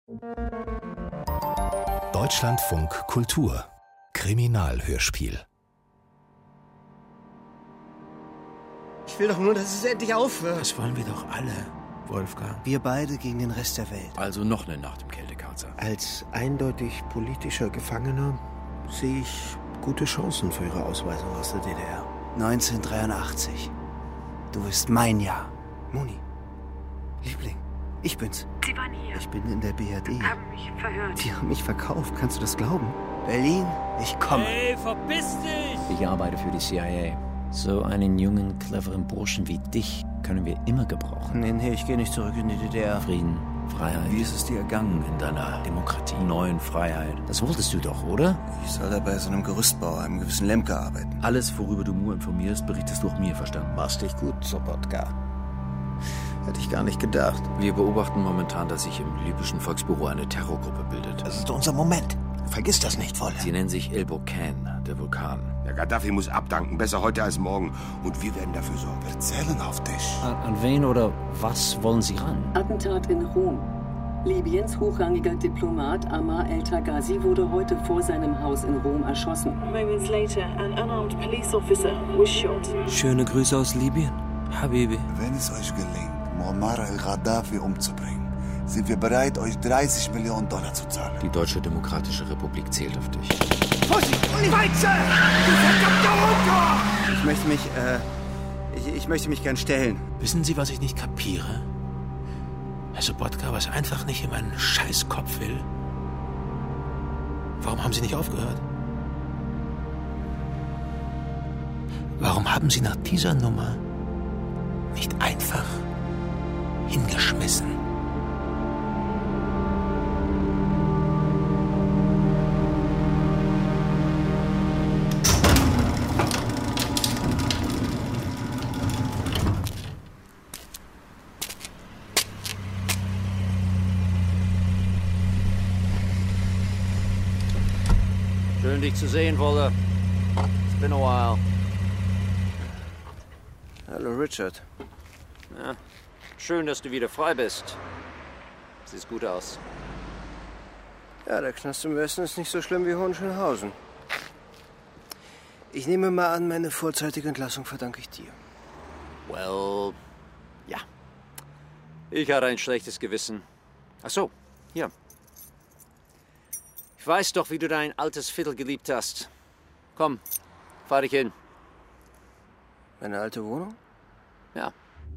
Deutschlandfunk Kultur Kriminalhörspiel. Ich will doch nur, dass es endlich aufhört. Das wollen wir doch alle, Wolfgang. Wir beide gegen den Rest der Welt. Also noch eine Nacht im Kältekarzer. Als eindeutig politischer Gefangener sehe ich gute Chancen für Ihre Ausweisung aus der DDR. 1983. Du bist mein Jahr. Moni. Liebling. Ich bin's. Sie waren hier. Ich bin in der BRD. Haben mich verhört. Die haben mich verkauft. Kannst du das glauben? Berlin, ich komme. Hey, verpiss dich! Ich arbeite für die CIA. So einen jungen, cleveren Burschen wie dich können wir immer gebrauchen. Nee, ich gehe nicht zurück in die DDR. Frieden, Freiheit. Wie ist es dir ergangen in deiner Demokratie. neuen Freiheit? Das wolltest du doch, oder? Ich soll da bei so einem Gerüstbauer, einem gewissen Lemke, arbeiten. Alles, worüber du Moore informierst, berichtest du auch mir, verstanden? Machst dich gut, Sobotka. Hätte ich gar nicht gedacht. Wir beobachten momentan, dass sich im libyschen Volksbüro eine Terrorgruppe bildet. Das ist unser Moment. Vergiss das nicht, Wolle. Sie nennen sich El Bocan, der Vulkan. Der Gaddafi muss abdanken, besser heute als morgen. Und wir werden dafür sorgen. Wir zählen auf dich. An wen oder was wollen Sie ran? Attentat in Rom. Libyens hochrangiger Diplomat Ammar El-Taghazi wurde heute vor seinem Haus in Rom erschossen. Moments later, an unarmed police officer was shot. Schöne Grüße aus Libyen, Habibi. Wenn es euch gelingt, Muammar el-Gaddafi umzubringen, sind wir bereit, euch $30 Millionen zu zahlen. Die Deutsche Demokratische Republik zählt auf dich. Ich möchte mich gern stellen. Wissen Sie, was ich nicht kapiere? Herr Sobotka, was einfach nicht in meinen Scheißkopf will. Warum haben Sie nicht aufgehört? Warum haben Sie nach dieser Nummer nicht einfach hingeschmissen? Schön, dich zu sehen, Wolle. It's been a while. Hallo, Richard. Ja, schön, dass du wieder frei bist. Siehst gut aus. Ja, der Knast im Westen ist nicht so schlimm wie Hohenschönhausen. Ich nehme mal an, meine vorzeitige Entlassung verdanke ich dir. Well, ja. Ich hatte ein schlechtes Gewissen. Ach so, hier. Ich weiß doch, wie du dein altes Viertel geliebt hast. Komm, fahr dich hin. Meine alte Wohnung? Ja.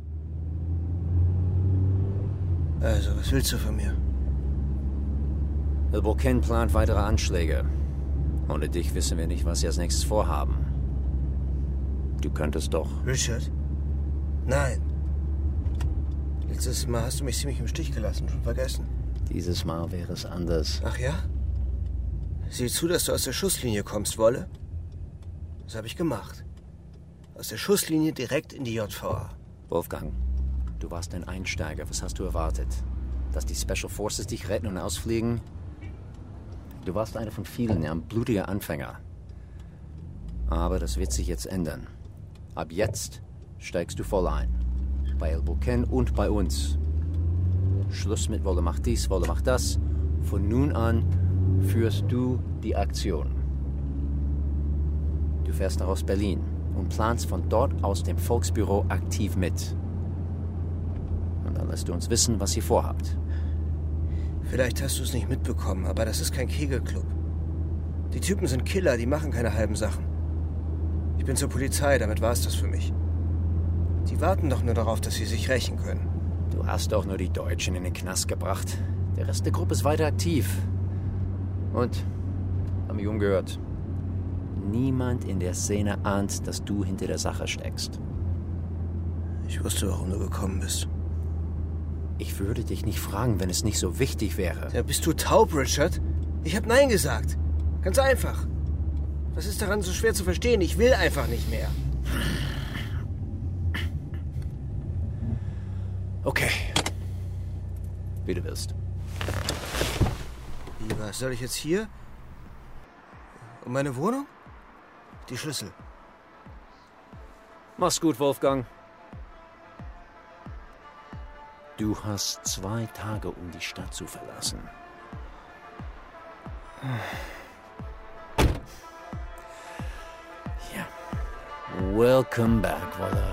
Also, was willst du von mir? El Bocan plant weitere Anschläge. Ohne dich wissen wir nicht, was sie als nächstes vorhaben. Du könntest doch. Richard? Nein. Letztes Mal hast du mich ziemlich im Stich gelassen, schon vergessen. Dieses Mal wäre es anders. Ach ja? Sieh zu, dass du aus der Schusslinie kommst, Wolle. Das habe ich gemacht. Aus der Schusslinie direkt in die JVA. Wolfgang, du warst ein Einsteiger. Was hast du erwartet? Dass die Special Forces dich retten und ausfliegen? Du warst einer von vielen, ein blutiger Anfänger. Aber das wird sich jetzt ändern. Ab jetzt steigst du voll ein. Bei El Bocan und bei uns. Schluss mit Wolle macht dies, Wolle macht das. Von nun an führst du die Aktion. Du fährst nach Ostberlin und planst von dort aus dem Volksbüro aktiv mit. Und dann lässt du uns wissen, was ihr vorhabt. Vielleicht hast du es nicht mitbekommen, aber das ist kein Kegelclub. Die Typen sind Killer, die machen keine halben Sachen. Ich bin zur Polizei, damit war es das für mich. Die warten doch nur darauf, dass sie sich rächen können. Du hast doch nur die Deutschen in den Knast gebracht. Der Rest der Gruppe ist weiter aktiv. Und, haben mich umgehört, niemand in der Szene ahnt, dass du hinter der Sache steckst. Ich wusste, warum du gekommen bist. Ich würde dich nicht fragen, wenn es nicht so wichtig wäre. Ja, bist du taub, Richard? Ich hab Nein gesagt. Ganz einfach. Was ist daran so schwer zu verstehen? Ich will einfach nicht mehr. Okay. Wie du willst. Wie, was soll ich jetzt hier? Und meine Wohnung? Die Schlüssel. Mach's gut, Wolfgang. Du hast 2 Tage, um die Stadt zu verlassen. Ja. Welcome back, Wolle.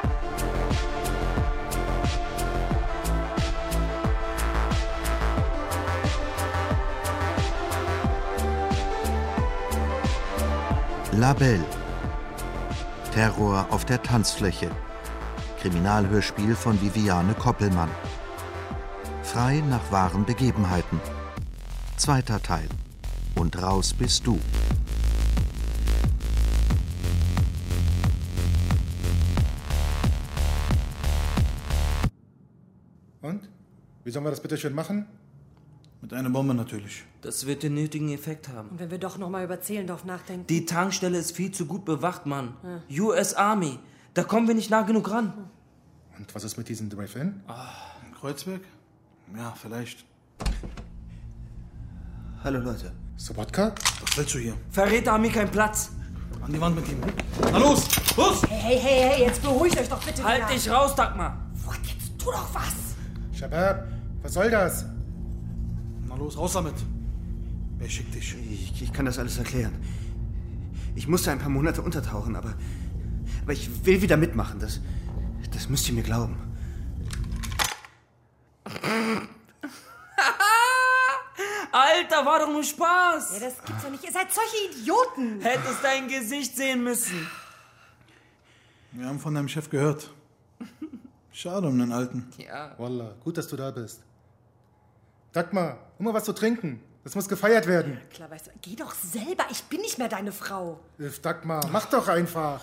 La Belle. Terror auf der Tanzfläche. Kriminalhörspiel von Viviane Koppelmann. Frei nach wahren Begebenheiten. 2. Teil. Und raus bist du. Und? Wie sollen wir das bitte schön machen? Mit einer Bombe natürlich. Das wird den nötigen Effekt haben. Und wenn wir doch noch mal über Zehlendorf nachdenken? Die Tankstelle ist viel zu gut bewacht, Mann. Ja. US Army. Da kommen wir nicht nah genug ran. Und was ist mit diesem Drive-In? In Kreuzberg? Ja, vielleicht. Hallo, Leute. Sobotka? Was willst du hier? Verrät Army keinen Platz. An die Wand mit ihm. Na los! Los! Hey, jetzt beruhigt euch doch bitte Halt wieder. dich raus, Dagmar. What, jetzt tu doch was. Shabab, was soll das? Na los, raus damit. Wer schickt dich? Ich kann das alles erklären. Ich musste ein paar Monate untertauchen, aber ich will wieder mitmachen. Das müsst ihr mir glauben. Alter, war doch nur Spaß. Ja, das gibt's doch nicht. Ihr seid solche Idioten. Hättest dein Gesicht sehen müssen. Wir haben von deinem Chef gehört. Schade um den Alten. Ja. Wallah, gut, dass du da bist. Dagmar, hol mal was zu trinken. Das muss gefeiert werden. Klar, weißt du, geh doch selber. Ich bin nicht mehr deine Frau. Dagmar, mach doch einfach.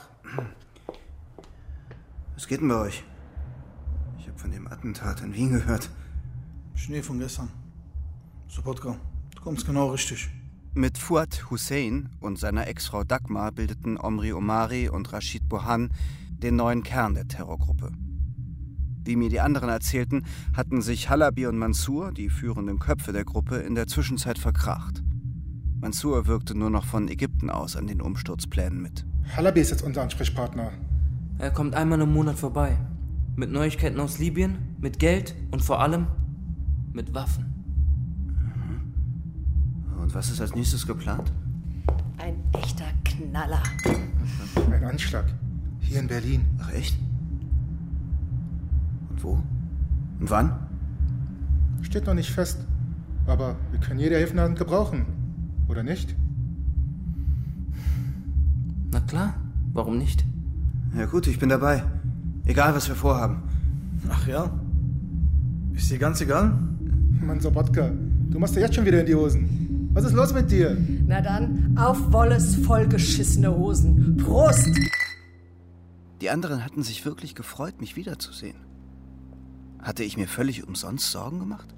Was geht denn bei euch? Ich habe von dem Attentat in Wien gehört. Schnee von gestern. Sobotka, du kommst genau richtig. Mit Fuad Hussein und seiner Ex-Frau Dagmar bildeten Omri Omari und Rashid Bohan den neuen Kern der Terrorgruppe. Wie mir die anderen erzählten, hatten sich Halabi und Mansour, die führenden Köpfe der Gruppe, in der Zwischenzeit verkracht. Mansour wirkte nur noch von Ägypten aus an den Umsturzplänen mit. Halabi ist jetzt unser Ansprechpartner. Er kommt einmal im Monat vorbei. Mit Neuigkeiten aus Libyen, mit Geld und vor allem mit Waffen. Und was ist als nächstes geplant? Ein echter Knaller. Ein Anschlag. Hier in Berlin. Ach echt? Und wo? Und wann? Steht noch nicht fest. Aber wir können jede Hilfe gebrauchen. Oder nicht? Na klar, warum nicht? Ja gut, ich bin dabei. Egal, was wir vorhaben. Ach ja? Ist dir ganz egal? Mann, Sobotka, du machst dir jetzt schon wieder in die Hosen. Was ist los mit dir? Na dann, auf Wolles vollgeschissene Hosen. Prost! Die anderen hatten sich wirklich gefreut, mich wiederzusehen. Hatte ich mir völlig umsonst Sorgen gemacht?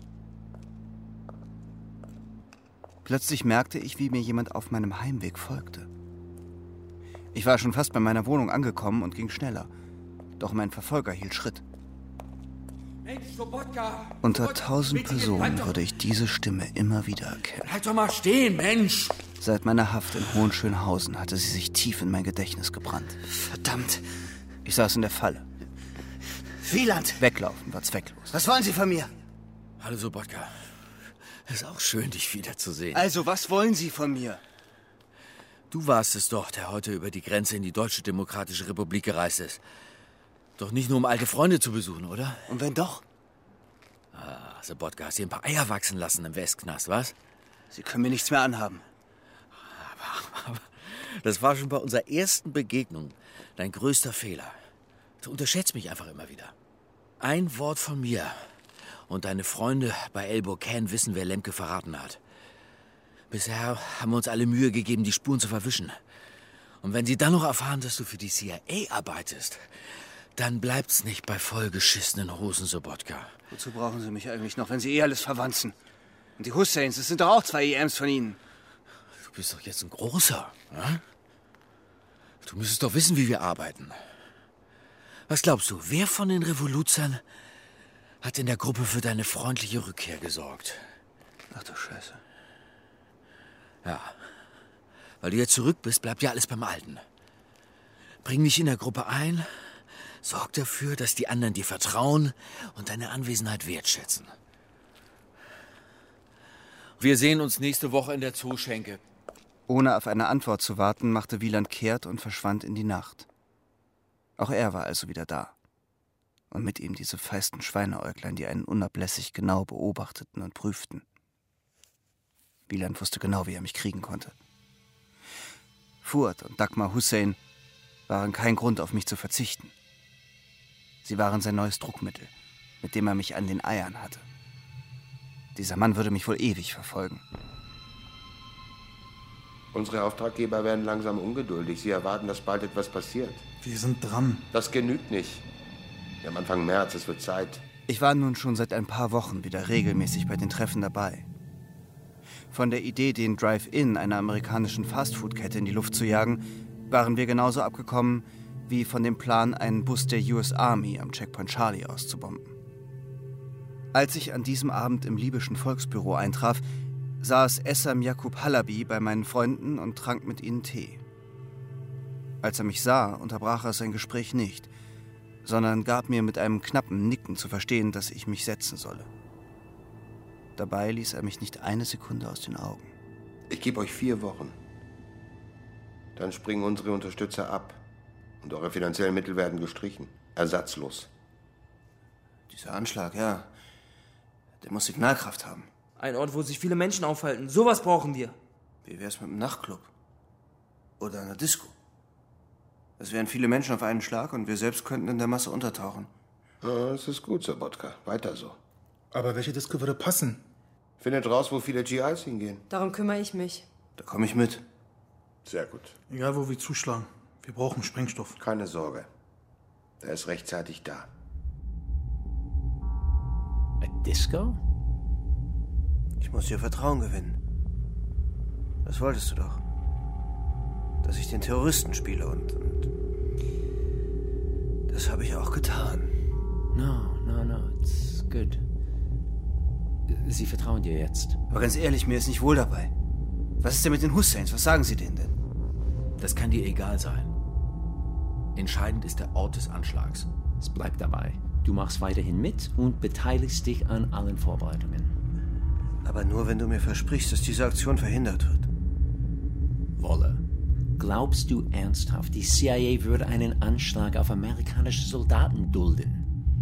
Plötzlich merkte ich, wie mir jemand auf meinem Heimweg folgte. Ich war schon fast bei meiner Wohnung angekommen und ging schneller. Doch mein Verfolger hielt Schritt. Mensch, Sobotka! Unter 1000 Personen würde ich diese Stimme immer wieder erkennen. Halt doch mal stehen, Mensch! Seit meiner Haft in Hohenschönhausen hatte sie sich tief in mein Gedächtnis gebrannt. Verdammt! Ich saß in der Falle. Wieland! Weglaufen war zwecklos. Was wollen Sie von mir? Hallo, Sobotka. Ist auch schön, dich wiederzusehen. Also, was wollen Sie von mir? Du warst es doch, der heute über die Grenze in die Deutsche Demokratische Republik gereist ist. Doch nicht nur, um alte Freunde zu besuchen, oder? Und wenn doch? Sobotka, hast dir ein paar Eier wachsen lassen im Westknast, was? Sie können mir nichts mehr anhaben. Aber das war schon bei unserer ersten Begegnung dein größter Fehler. Du unterschätzt mich einfach immer wieder. Ein Wort von mir und deine Freunde bei El Burkan wissen, wer Lemke verraten hat. Bisher haben wir uns alle Mühe gegeben, die Spuren zu verwischen. Und wenn sie dann noch erfahren, dass du für die CIA arbeitest, dann bleibt's nicht bei vollgeschissenen Hosen, Sobotka. Wozu brauchen Sie mich eigentlich noch, wenn Sie alles verwanzen? Und die Husseins, das sind doch auch 2 EMs von Ihnen. Du bist doch jetzt ein Großer, ja? Du müsstest doch wissen, wie wir arbeiten. Was glaubst du, wer von den Revoluzern hat in der Gruppe für deine freundliche Rückkehr gesorgt? Ach du Scheiße. Ja. Weil du jetzt zurück bist, bleibt ja alles beim Alten. Bring dich in der Gruppe ein, Sorg dafür, dass die anderen dir vertrauen und deine Anwesenheit wertschätzen. Wir sehen uns nächste Woche in der Zooschenke. Ohne auf eine Antwort zu warten, machte Wieland kehrt und verschwand in die Nacht. Auch er war also wieder da. Und mit ihm diese feisten Schweineäuglein, die einen unablässig genau beobachteten und prüften. Wieland wusste genau, wie er mich kriegen konnte. Fuad und Dagmar Hussein waren kein Grund, auf mich zu verzichten. Sie waren sein neues Druckmittel, mit dem er mich an den Eiern hatte. Dieser Mann würde mich wohl ewig verfolgen. Unsere Auftraggeber werden langsam ungeduldig. Sie erwarten, dass bald etwas passiert. Wir sind dran. Das genügt nicht. Wir haben Anfang März, es wird Zeit. Ich war nun schon seit ein paar Wochen wieder regelmäßig bei den Treffen dabei. Von der Idee, den Drive-In einer amerikanischen Fastfood-Kette in die Luft zu jagen, waren wir genauso abgekommen, wie von dem Plan, einen Bus der US Army am Checkpoint Charlie auszubomben. Als ich an diesem Abend im libyschen Volksbüro eintraf, saß Essam Jakub Halabi bei meinen Freunden und trank mit ihnen Tee. Als er mich sah, unterbrach er sein Gespräch nicht, sondern gab mir mit einem knappen Nicken zu verstehen, dass ich mich setzen solle. Dabei ließ er mich nicht eine Sekunde aus den Augen. Ich gebe euch 4 Wochen. Dann springen unsere Unterstützer ab. Und eure finanziellen Mittel werden gestrichen. Ersatzlos. Dieser Anschlag, ja, der muss Signalkraft haben. Ein Ort, wo sich viele Menschen aufhalten. Sowas brauchen wir. Wie wär's mit einem Nachtclub? Oder einer Disco? Es wären viele Menschen auf einen Schlag und wir selbst könnten in der Masse untertauchen. Ja, das ist gut, Sobotka. Weiter so. Aber welche Disco würde passen? Findet raus, wo viele GIs hingehen. Darum kümmere ich mich. Da komme ich mit. Sehr gut. Egal, wo wir zuschlagen. Wir brauchen Sprengstoff. Keine Sorge. Er ist rechtzeitig da. Ein Disco? Ich muss dir Vertrauen gewinnen. Das wolltest du doch. Dass ich den Terroristen spiele und das habe ich auch getan. No, it's good. Sie vertrauen dir jetzt. Aber ganz ehrlich, mir ist nicht wohl dabei. Was ist denn mit den Husseins? Was sagen sie denen denn? Das kann dir egal sein. Entscheidend ist der Ort des Anschlags. Es bleibt dabei. Du machst weiterhin mit und beteiligst dich an allen Vorbereitungen. Aber nur, wenn du mir versprichst, dass diese Aktion verhindert wird. Wolle. Glaubst du ernsthaft, die CIA würde einen Anschlag auf amerikanische Soldaten dulden?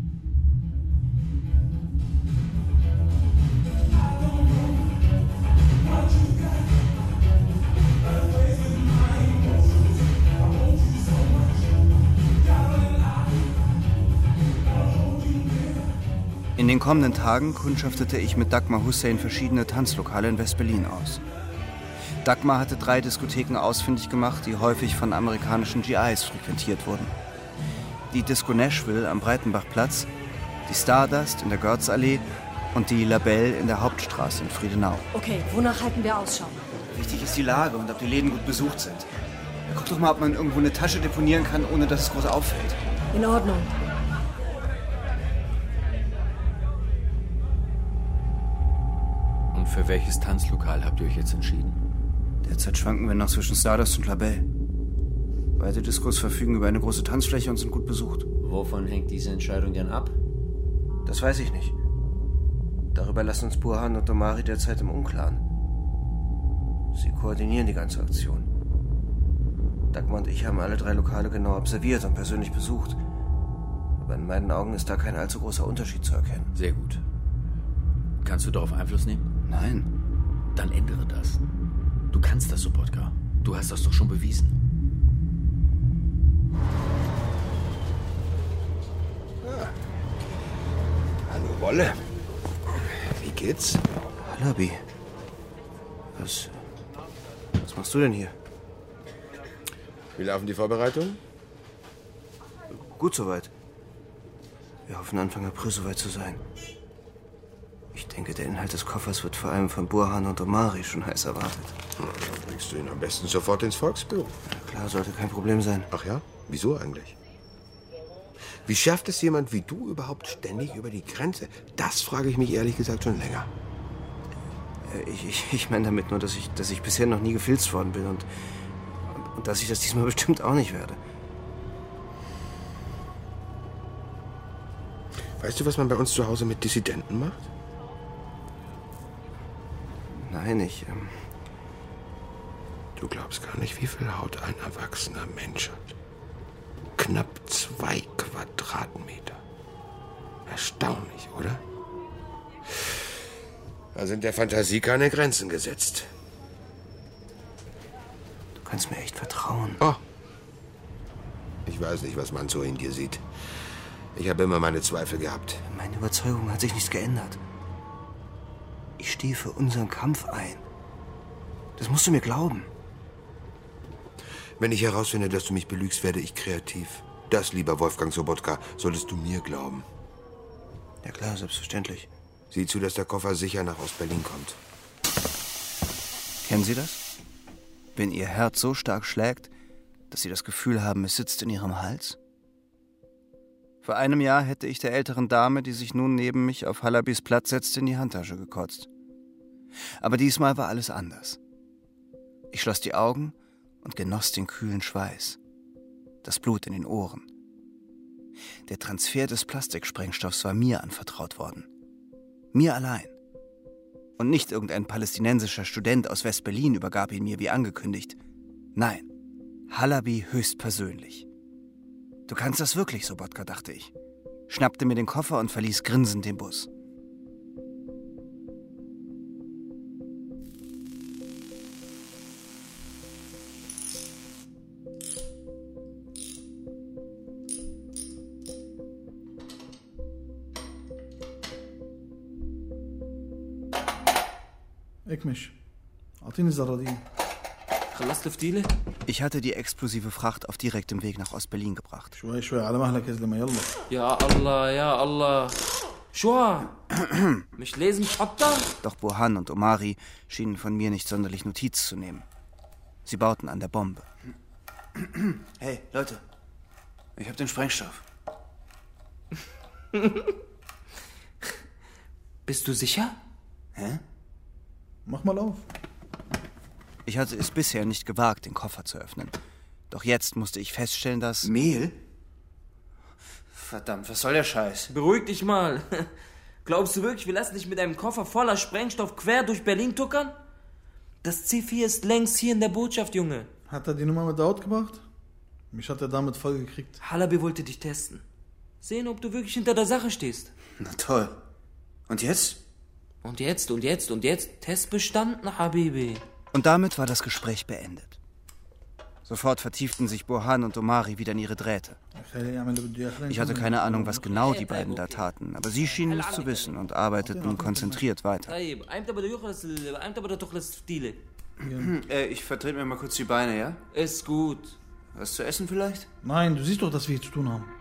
In den kommenden Tagen kundschaftete ich mit Dagmar Hussein verschiedene Tanzlokale in West-Berlin aus. Dagmar hatte 3 Diskotheken ausfindig gemacht, die häufig von amerikanischen GIs frequentiert wurden. Die Disco Nashville am Breitenbachplatz, die Stardust in der Görzallee und die Labelle in der Hauptstraße in Friedenau. Okay, wonach halten wir Ausschau? Wichtig ist die Lage und ob die Läden gut besucht sind. Guck doch mal, ob man irgendwo eine Tasche deponieren kann, ohne dass es groß auffällt. In Ordnung. Und für welches Tanzlokal habt ihr euch jetzt entschieden? Derzeit schwanken wir noch zwischen Stardust und Labelle. Beide Diskos verfügen über eine große Tanzfläche und sind gut besucht. Wovon hängt diese Entscheidung denn ab? Das weiß ich nicht. Darüber lassen uns Burhan und Omari derzeit im Unklaren. Sie koordinieren die ganze Aktion. Dagmar und ich haben alle 3 Lokale genau observiert und persönlich besucht. Aber in meinen Augen ist da kein allzu großer Unterschied zu erkennen. Sehr gut. Kannst du darauf Einfluss nehmen? Nein. Dann ändere das. Du kannst das, Sobotka. Du hast das doch schon bewiesen. Ah. Hallo, Wolle. Wie geht's? Halabi. Was machst du denn hier? Wie laufen die Vorbereitungen? Gut soweit. Wir hoffen, Anfang April soweit zu sein. Ich denke, der Inhalt des Koffers wird vor allem von Burhan und Omari schon heiß erwartet. Dann bringst du ihn am besten sofort ins Volksbüro. Ja, klar, sollte kein Problem sein. Ach ja? Wieso eigentlich? Wie schafft es jemand wie du überhaupt ständig über die Grenze? Das frage ich mich ehrlich gesagt schon länger. Ich meine damit nur, dass ich bisher noch nie gefilzt worden bin und dass ich das diesmal bestimmt auch nicht werde. Weißt du, was man bei uns zu Hause mit Dissidenten macht? Nein, Du glaubst gar nicht, wie viel Haut ein erwachsener Mensch hat. Knapp 2 Quadratmeter. Erstaunlich, oder? Da sind der Fantasie keine Grenzen gesetzt. Du kannst mir echt vertrauen. Oh. Ich weiß nicht, was man so in dir sieht. Ich habe immer meine Zweifel gehabt. Meine Überzeugung hat sich nichts geändert. Ich stehe für unseren Kampf ein. Das musst du mir glauben. Wenn ich herausfinde, dass du mich belügst, werde ich kreativ. Das, lieber Wolfgang Sobotka, solltest du mir glauben. Ja klar, selbstverständlich. Sieh zu, dass der Koffer sicher nach Ostberlin kommt. Kennen Sie das? Wenn Ihr Herz so stark schlägt, dass Sie das Gefühl haben, es sitzt in Ihrem Hals? Vor einem Jahr hätte ich der älteren Dame, die sich nun neben mich auf Halabis Platz setzte, in die Handtasche gekotzt. Aber diesmal war alles anders. Ich schloss die Augen und genoss den kühlen Schweiß, das Blut in den Ohren. Der Transfer des Plastiksprengstoffs war mir anvertraut worden. Mir allein. Und nicht irgendein palästinensischer Student aus West-Berlin übergab ihn mir wie angekündigt. Nein, Halabi höchstpersönlich. Du kannst das wirklich, Sobotka, dachte ich. Schnappte mir den Koffer und verließ grinsend den Bus. Ich hatte die explosive Fracht auf direktem Weg nach Ostberlin gebracht. Ja Allah, ja Allah. Shua, mich lesen, Papa? Doch Burhan und Omari schienen von mir nicht sonderlich Notiz zu nehmen. Sie bauten an der Bombe. Hey, Leute, ich hab den Sprengstoff. Bist du sicher? Hä? Mach mal auf. Ich hatte es bisher nicht gewagt, den Koffer zu öffnen. Doch jetzt musste ich feststellen, dass... Mehl? Verdammt, was soll der Scheiß? Beruhig dich mal. Glaubst du wirklich, wir lassen dich mit einem Koffer voller Sprengstoff quer durch Berlin tuckern? Das C4 ist längst hier in der Botschaft, Junge. Hat er die Nummer mit Daud gebracht? Mich hat er damit voll gekriegt. Halabi wollte dich testen. Sehen, ob du wirklich hinter der Sache stehst. Na toll. Und jetzt? Und jetzt? Test bestanden, Habibi. Und damit war das Gespräch beendet. Sofort vertieften sich Burhan und Omari wieder in ihre Drähte. Ich hatte keine Ahnung, was genau die beiden da taten, aber sie schienen es zu wissen und arbeiteten konzentriert weiter. Ich vertrete mir mal kurz die Beine, ja? Ist gut. Was zu essen vielleicht? Nein, du siehst doch, dass wir hier zu tun haben.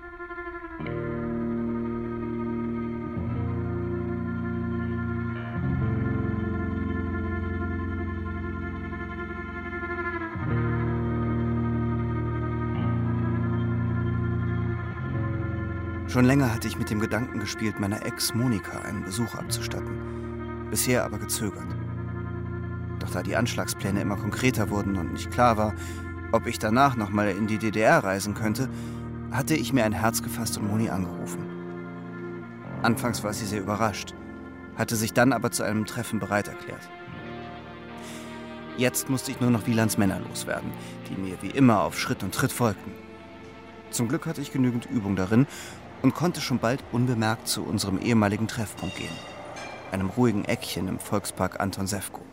Schon länger hatte ich mit dem Gedanken gespielt, meiner Ex Monika einen Besuch abzustatten. Bisher aber gezögert. Doch da die Anschlagspläne immer konkreter wurden und nicht klar war, ob ich danach nochmal in die DDR reisen könnte, hatte ich mir ein Herz gefasst und Moni angerufen. Anfangs war sie sehr überrascht, hatte sich dann aber zu einem Treffen bereit erklärt. Jetzt musste ich nur noch Wielands Männer loswerden, die mir wie immer auf Schritt und Tritt folgten. Zum Glück hatte ich genügend Übung darin und konnte schon bald unbemerkt zu unserem ehemaligen Treffpunkt gehen, einem ruhigen Eckchen im Volkspark Anton Sewko.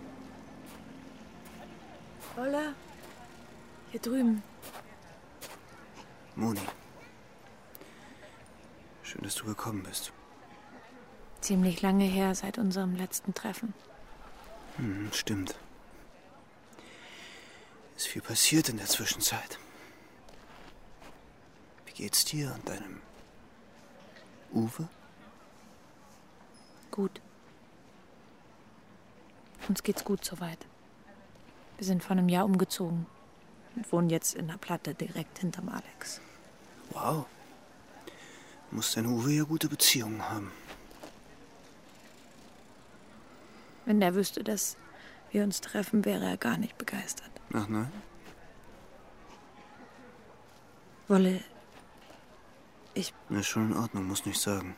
Hola, hier drüben. Moni, schön, dass du gekommen bist. Ziemlich lange her seit unserem letzten Treffen. Stimmt. Ist viel passiert in der Zwischenzeit. Wie geht's dir und deinem Uwe? Gut. Uns geht's gut soweit. Wir sind vor einem Jahr umgezogen und wohnen jetzt in der Platte direkt hinterm Alex. Wow. Muss dein Uwe ja gute Beziehungen haben. Wenn der wüsste, dass wir uns treffen, wäre er gar nicht begeistert. Ach nein? Wolle, Na, schon in Ordnung, muss nicht sagen.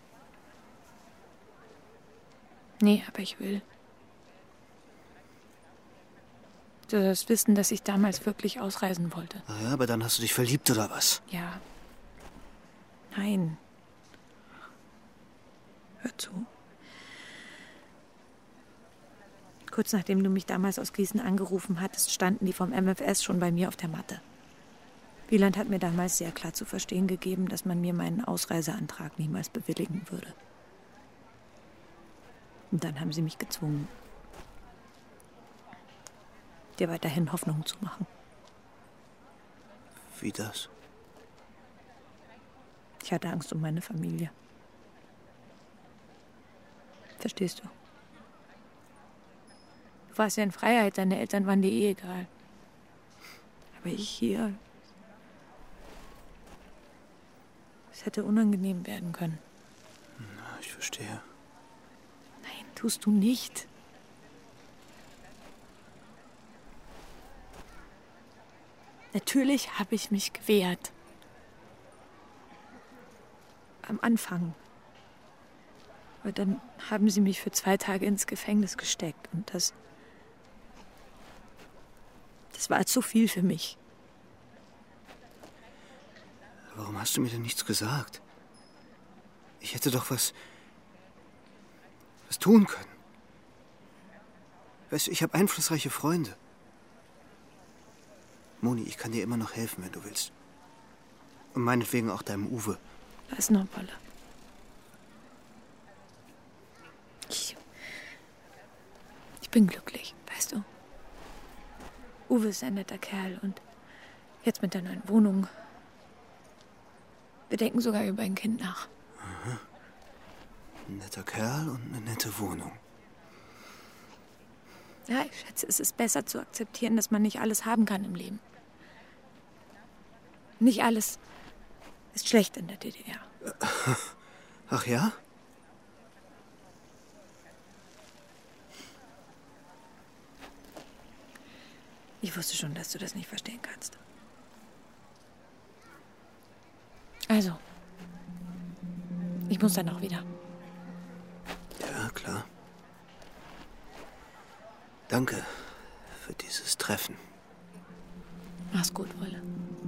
Nee, aber ich will. Du sollst wissen, dass ich damals wirklich ausreisen wollte. Na ja, aber dann hast du dich verliebt, oder was? Ja. Nein. Hör zu. Kurz nachdem du mich damals aus Gießen angerufen hattest, standen die vom MFS schon bei mir auf der Matte. Wieland hat mir damals sehr klar zu verstehen gegeben, dass man mir meinen Ausreiseantrag niemals bewilligen würde. Und dann haben sie mich gezwungen, dir weiterhin Hoffnung zu machen. Wie das? Ich hatte Angst um meine Familie. Verstehst du? Du warst ja in Freiheit, deine Eltern waren dir eh egal. Aber ich hier... Es hätte unangenehm werden können. Na, ich verstehe. Nein, tust du nicht. Natürlich habe ich mich gewehrt. Am Anfang. Aber dann haben sie mich für 2 Tage ins Gefängnis gesteckt. Und das war zu viel für mich. Warum hast du mir denn nichts gesagt? Ich hätte doch was tun können. Weißt du, ich habe einflussreiche Freunde. Moni, ich kann dir immer noch helfen, wenn du willst. Und meinetwegen auch deinem Uwe. Was noch, Wolle? Ich bin glücklich, weißt du. Uwe ist ein netter Kerl und jetzt mit der neuen Wohnung. Wir denken sogar über ein Kind nach. Aha. Ein netter Kerl und eine nette Wohnung. Ja, ich schätze, es ist besser zu akzeptieren, dass man nicht alles haben kann im Leben. Nicht alles ist schlecht in der DDR. Ach ja? Ich wusste schon, dass du das nicht verstehen kannst. Also, ich muss dann auch wieder. Ja, klar. Danke für dieses Treffen. Mach's gut, Wolle.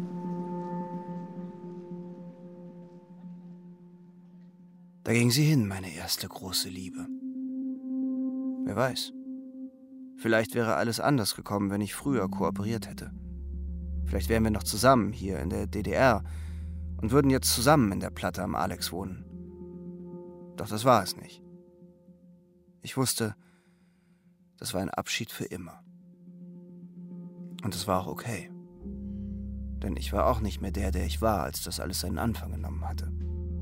Da ging sie hin, meine erste große Liebe. Wer weiß. Vielleicht wäre alles anders gekommen, wenn ich früher kooperiert hätte. Vielleicht wären wir noch zusammen hier in der DDR und würden jetzt zusammen in der Platte am Alex wohnen. Doch das war es nicht. Ich wusste, das war ein Abschied für immer. Und es war auch okay. Denn ich war auch nicht mehr der ich war, als das alles seinen Anfang genommen hatte.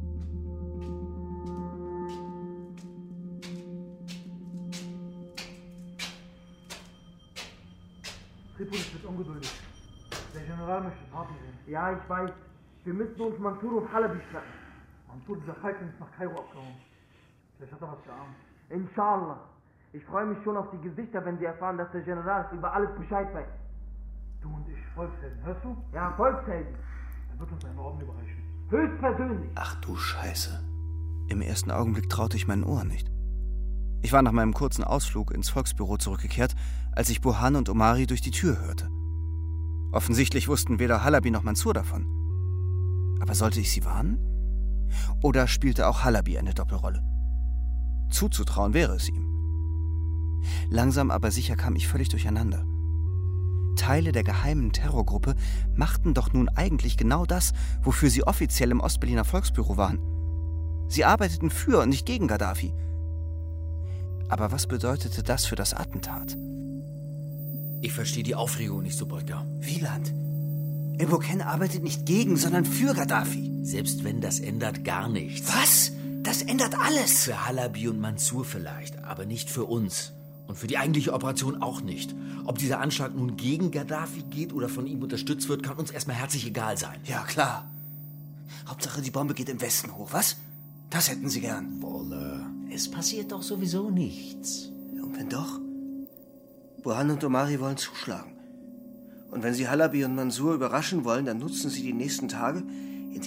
Tripolis wird ungeduldig. Der General möchte Party sehen. Ja, ich weiß. Wir müssen uns Mansur und Halabi schnappen. Mansur, dieser Falken ist nach Kairo abgehauen. Vielleicht hat er was geahnt. Inshallah. Ich freue mich schon auf die Gesichter, wenn sie erfahren, dass der General über alles Bescheid weiß. Du und ich, Volkshelden, hörst du? Ja, Volkshelden. Er wird uns einen Orden überreichen. Höchstpersönlich. Ach du Scheiße. Im ersten Augenblick traute ich meinen Ohren nicht. Ich war nach meinem kurzen Ausflug ins Volksbüro zurückgekehrt, als ich Burhan und Omari durch die Tür hörte. Offensichtlich wussten weder Halabi noch Mansur davon. Aber sollte ich sie warnen? Oder spielte auch Halabi eine Doppelrolle? Zuzutrauen wäre es ihm. Langsam aber sicher kam ich völlig durcheinander. Teile der geheimen Terrorgruppe machten doch nun eigentlich genau das, wofür sie offiziell im Ostberliner Volksbüro waren. Sie arbeiteten für und nicht gegen Gaddafi. Aber was bedeutete das für das Attentat? Ich verstehe die Aufregung nicht so, Brücker. Wieland, Eboken arbeitet nicht gegen, sondern für Gaddafi. Selbst wenn, das ändert gar nichts. Was? Das ändert alles. Für Halabi und Mansur vielleicht, aber nicht für uns. Und für die eigentliche Operation auch nicht. Ob dieser Anschlag nun gegen Gaddafi geht oder von ihm unterstützt wird, kann uns erstmal herzlich egal sein. Ja, klar. Hauptsache, die Bombe geht im Westen hoch, was? Das hätten sie gern. Wolle. Es passiert doch sowieso nichts. Und wenn doch? Burhan und Omari wollen zuschlagen. Und wenn sie Halabi und Mansur überraschen wollen, dann nutzen sie die nächsten Tage, in denen all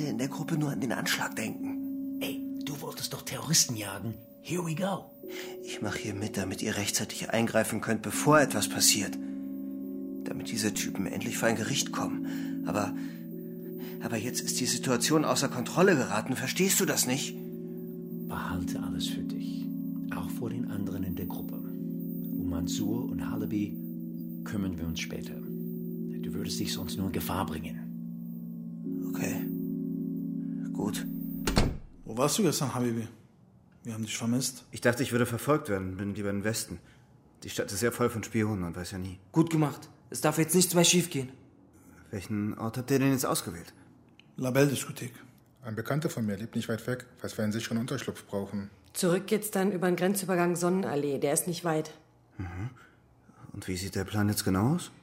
alle in der Gruppe nur an den Anschlag denken. Ey, du wolltest doch Terroristen jagen. Here we go. Ich mache hier mit, damit ihr rechtzeitig eingreifen könnt, bevor etwas passiert. Damit diese Typen endlich vor ein Gericht kommen. Aber jetzt ist die Situation außer Kontrolle geraten. Verstehst du das nicht? Behalte alles für dich. Auch vor den anderen in der Gruppe. Um Mansour und Halabi kümmern wir uns später. Du würdest dich sonst nur in Gefahr bringen. Okay. Gut. Wo warst du gestern, Habibi? Wir haben dich vermisst. Ich dachte, ich würde verfolgt werden. Bin lieber im Westen. Die Stadt ist sehr voll von Spionen, man weiß ja nie. Gut gemacht. Es darf jetzt nichts mehr schiefgehen. Welchen Ort habt ihr denn jetzt ausgewählt? Labelle-Diskothek. Ein Bekannter von mir lebt nicht weit weg, falls wir einen sicheren Unterschlupf brauchen. Zurück geht's dann über den Grenzübergang Sonnenallee. Der ist nicht weit. Mhm. Und wie sieht der Plan jetzt genau aus?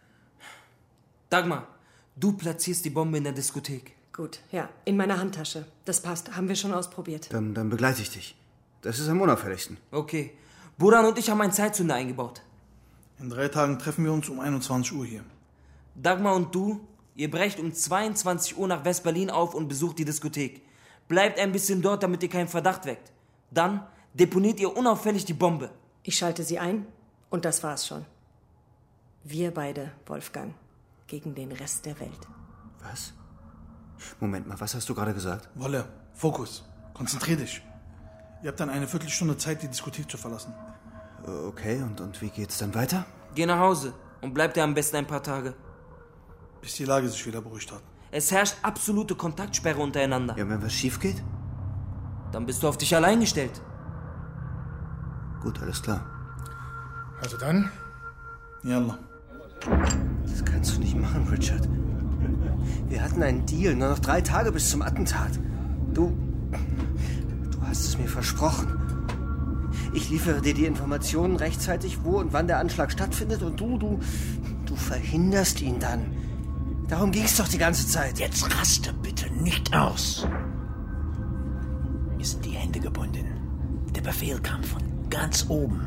Dagmar, du platzierst die Bombe in der Diskothek. Gut, ja, in meiner Handtasche. Das passt, haben wir schon ausprobiert. Dann begleite ich dich. Das ist am unauffälligsten. Okay. Buran und ich haben einen Zeitzünder eingebaut. In 3 Tagen treffen wir uns um 21 Uhr hier. Dagmar und du, ihr brecht um 22 Uhr nach West-Berlin auf und besucht die Diskothek. Bleibt ein bisschen dort, damit ihr keinen Verdacht weckt. Dann deponiert ihr unauffällig die Bombe. Ich schalte sie ein und das war's schon. Wir beide, Wolfgang, gegen den Rest der Welt. Was? Moment mal, was hast du gerade gesagt? Wolle, Fokus, konzentrier dich. Ihr habt dann eine Viertelstunde Zeit, die Diskothek zu verlassen. Okay, und wie geht's dann weiter? Geh nach Hause und bleib da am besten ein paar Tage. Bis die Lage sich wieder beruhigt hat. Es herrscht absolute Kontaktsperre untereinander. Ja, und wenn was schief geht? Dann bist du auf dich allein gestellt. Gut, alles klar. Also dann? Yalla. Das kannst du nicht machen, Richard. Wir hatten einen Deal, nur noch 3 Tage bis zum Attentat. Du hast es mir versprochen. Ich liefere dir die Informationen rechtzeitig, wo und wann der Anschlag stattfindet und du verhinderst ihn dann. Darum ging es doch die ganze Zeit. Jetzt raste bitte nicht aus. Mir sind die Hände gebunden. Der Befehl kam von ganz oben.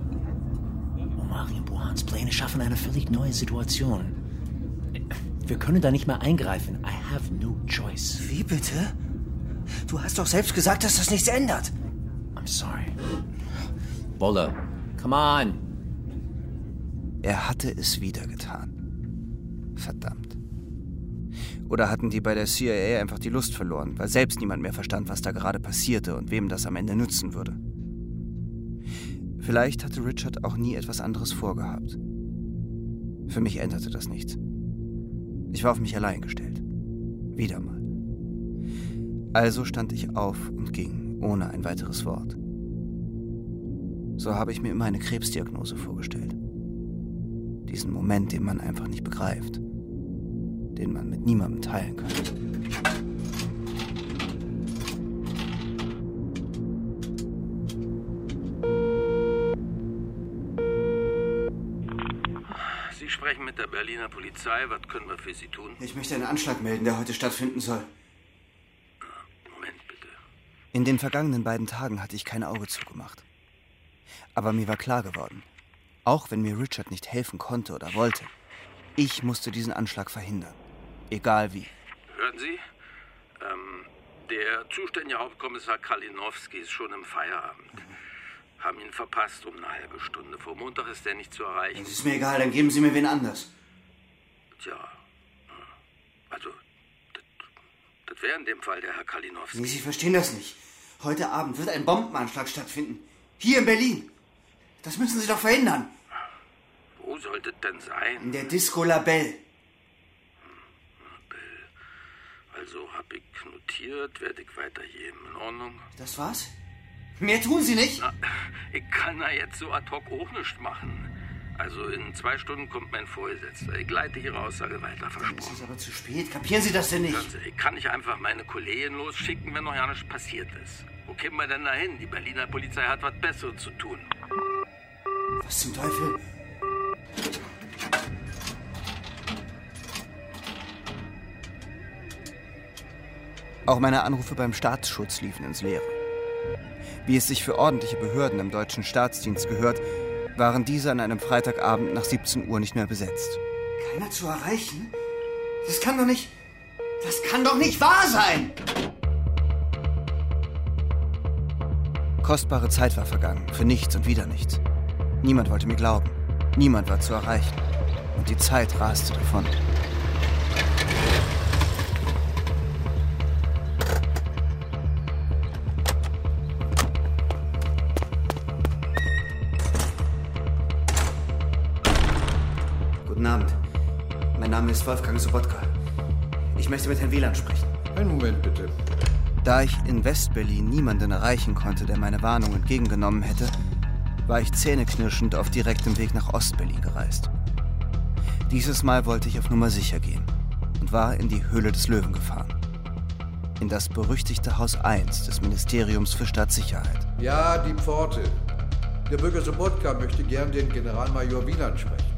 Omari und Burhans Pläne schaffen eine völlig neue Situation. Wir können da nicht mehr eingreifen. I have no choice. Wie bitte? Du hast doch selbst gesagt, dass das nichts ändert. I'm sorry. Wolle, come on. Er hatte es wieder getan. Verdammt. Oder hatten die bei der CIA einfach die Lust verloren, weil selbst niemand mehr verstand, was da gerade passierte und wem das am Ende nützen würde. Vielleicht hatte Richard auch nie etwas anderes vorgehabt. Für mich änderte das nichts. Ich war auf mich allein gestellt. Wieder mal. Also stand ich auf und ging, ohne ein weiteres Wort. So habe ich mir immer eine Krebsdiagnose vorgestellt. Diesen Moment, den man einfach nicht begreift. Den man mit niemandem teilen kann. Sie sprechen mit der Berliner Polizei. Was können wir für Sie tun? Ich möchte einen Anschlag melden, der heute stattfinden soll. Moment, bitte. In den vergangenen 2 Tagen hatte ich kein Auge zugemacht. Aber mir war klar geworden, auch wenn mir Richard nicht helfen konnte oder wollte, ich musste diesen Anschlag verhindern. Egal wie. Hören Sie? Der zuständige Hauptkommissar Kalinowski ist schon im Feierabend. Haben ihn verpasst um eine halbe Stunde. Vor Montag ist er nicht zu erreichen. Das ist mir egal, dann geben Sie mir wen anders. Tja, also, das wäre in dem Fall der Herr Kalinowski. Nee, Sie verstehen das nicht. Heute Abend wird ein Bombenanschlag stattfinden. Hier in Berlin. Das müssen Sie doch verhindern. Wo sollte es denn sein? In der Disco Labelle. Also hab ich notiert, werde ich weitergeben. In Ordnung? Das war's? Mehr tun Sie nicht? Na, ich kann da jetzt so ad hoc auch nichts machen. Also in 2 Stunden kommt mein Vorgesetzter. Ich leite Ihre Aussage weiter, versprochen. Es ist aber zu spät. Kapieren Sie das denn nicht? Hören Sie, ich kann nicht einfach meine Kollegen losschicken, wenn noch ja nichts passiert ist. Wo kämen wir denn dahin? Die Berliner Polizei hat was Besseres zu tun. Was zum Teufel? Auch meine Anrufe beim Staatsschutz liefen ins Leere. Wie es sich für ordentliche Behörden im deutschen Staatsdienst gehört, waren diese an einem Freitagabend nach 17 Uhr nicht mehr besetzt. Keiner zu erreichen? Das kann doch nicht... Das kann doch nicht wahr sein! Kostbare Zeit war vergangen, für nichts und wieder nichts. Niemand wollte mir glauben. Niemand war zu erreichen. Und die Zeit raste davon. Guten Abend. Mein Name ist Wolfgang Sobotka. Ich möchte mit Herrn Wieland sprechen. Einen Moment bitte. Da ich in West-Berlin niemanden erreichen konnte, der meine Warnung entgegengenommen hätte, war ich zähneknirschend auf direktem Weg nach Ost-Berlin gereist. Dieses Mal wollte ich auf Nummer sicher gehen und war in die Höhle des Löwen gefahren. In das berüchtigte Haus 1 des Ministeriums für Staatssicherheit. Ja, die Pforte. Der Bürger Sobotka möchte gern den Generalmajor Wieland sprechen.